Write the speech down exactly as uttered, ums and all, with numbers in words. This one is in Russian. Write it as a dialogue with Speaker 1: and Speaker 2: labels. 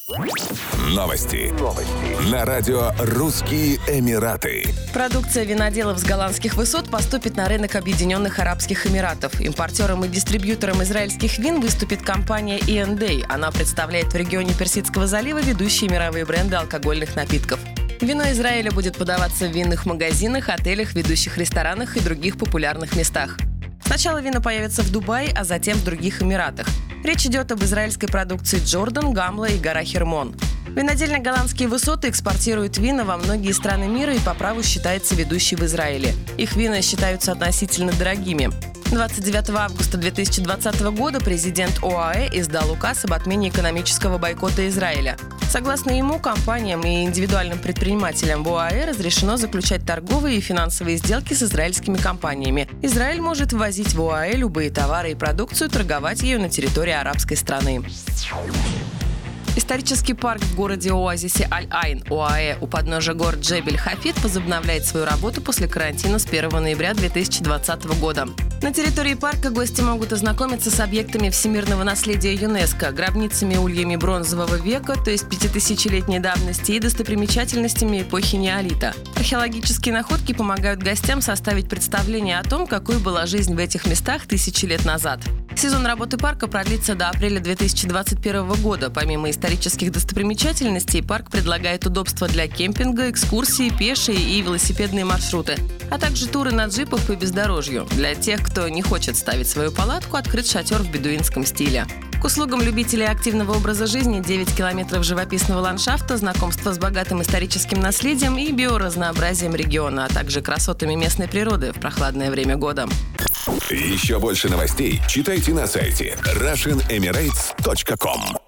Speaker 1: Новости. Новости. На радио «Русские Эмираты».
Speaker 2: Продукция виноделов с голландских высот поступит на рынок Объединенных Арабских Эмиратов. Импортером и дистрибьютором израильских вин выступит компания и энд эй. Она представляет в регионе Персидского залива ведущие мировые бренды алкогольных напитков. Вино Израиля будет подаваться в винных магазинах, отелях, ведущих ресторанах и других популярных местах. Сначала вино появится в Дубае, а затем в других Эмиратах. Речь идет об израильской продукции Джордан, Гамла и гора Хермон. Винодельня «Голландские высоты» экспортирует вина во многие страны мира и по праву считается ведущей в Израиле. Их вина считаются относительно дорогими. двадцать девятого августа две тысячи двадцатого года президент ОАЭ издал указ об отмене экономического бойкота Израиля. Согласно ему, компаниям и индивидуальным предпринимателям в ОАЭ разрешено заключать торговые и финансовые сделки с израильскими компаниями. Израиль может ввозить в ОАЭ любые товары и продукцию, торговать ею на территории арабской страны. Исторический парк в городе-оазисе Аль-Айн, ОАЭ, у подножия гор Джебель-Хафид возобновляет свою работу после карантина с первого ноября две тысячи двадцатого года. На территории парка гости могут ознакомиться с объектами всемирного наследия ЮНЕСКО, гробницами ульями бронзового века, то есть пятитысячелетней давности, и достопримечательностями эпохи неолита. Археологические находки помогают гостям составить представление о том, какой была жизнь в этих местах тысячи лет назад. Сезон работы парка продлится до апреля две тысячи двадцать первого года. Помимо исторических достопримечательностей, парк предлагает удобства для кемпинга, экскурсии, пешие и велосипедные маршруты, а также туры на джипах по бездорожью. Для тех, кто не хочет ставить свою палатку, открыт шатер в бедуинском стиле. К услугам любителей активного образа жизни девять километров живописного ландшафта, знакомство с богатым историческим наследием и биоразнообразием региона, а также красотами местной природы в прохладное время года.
Speaker 1: Еще больше новостей читайте на сайте Russian Emirates точка ком.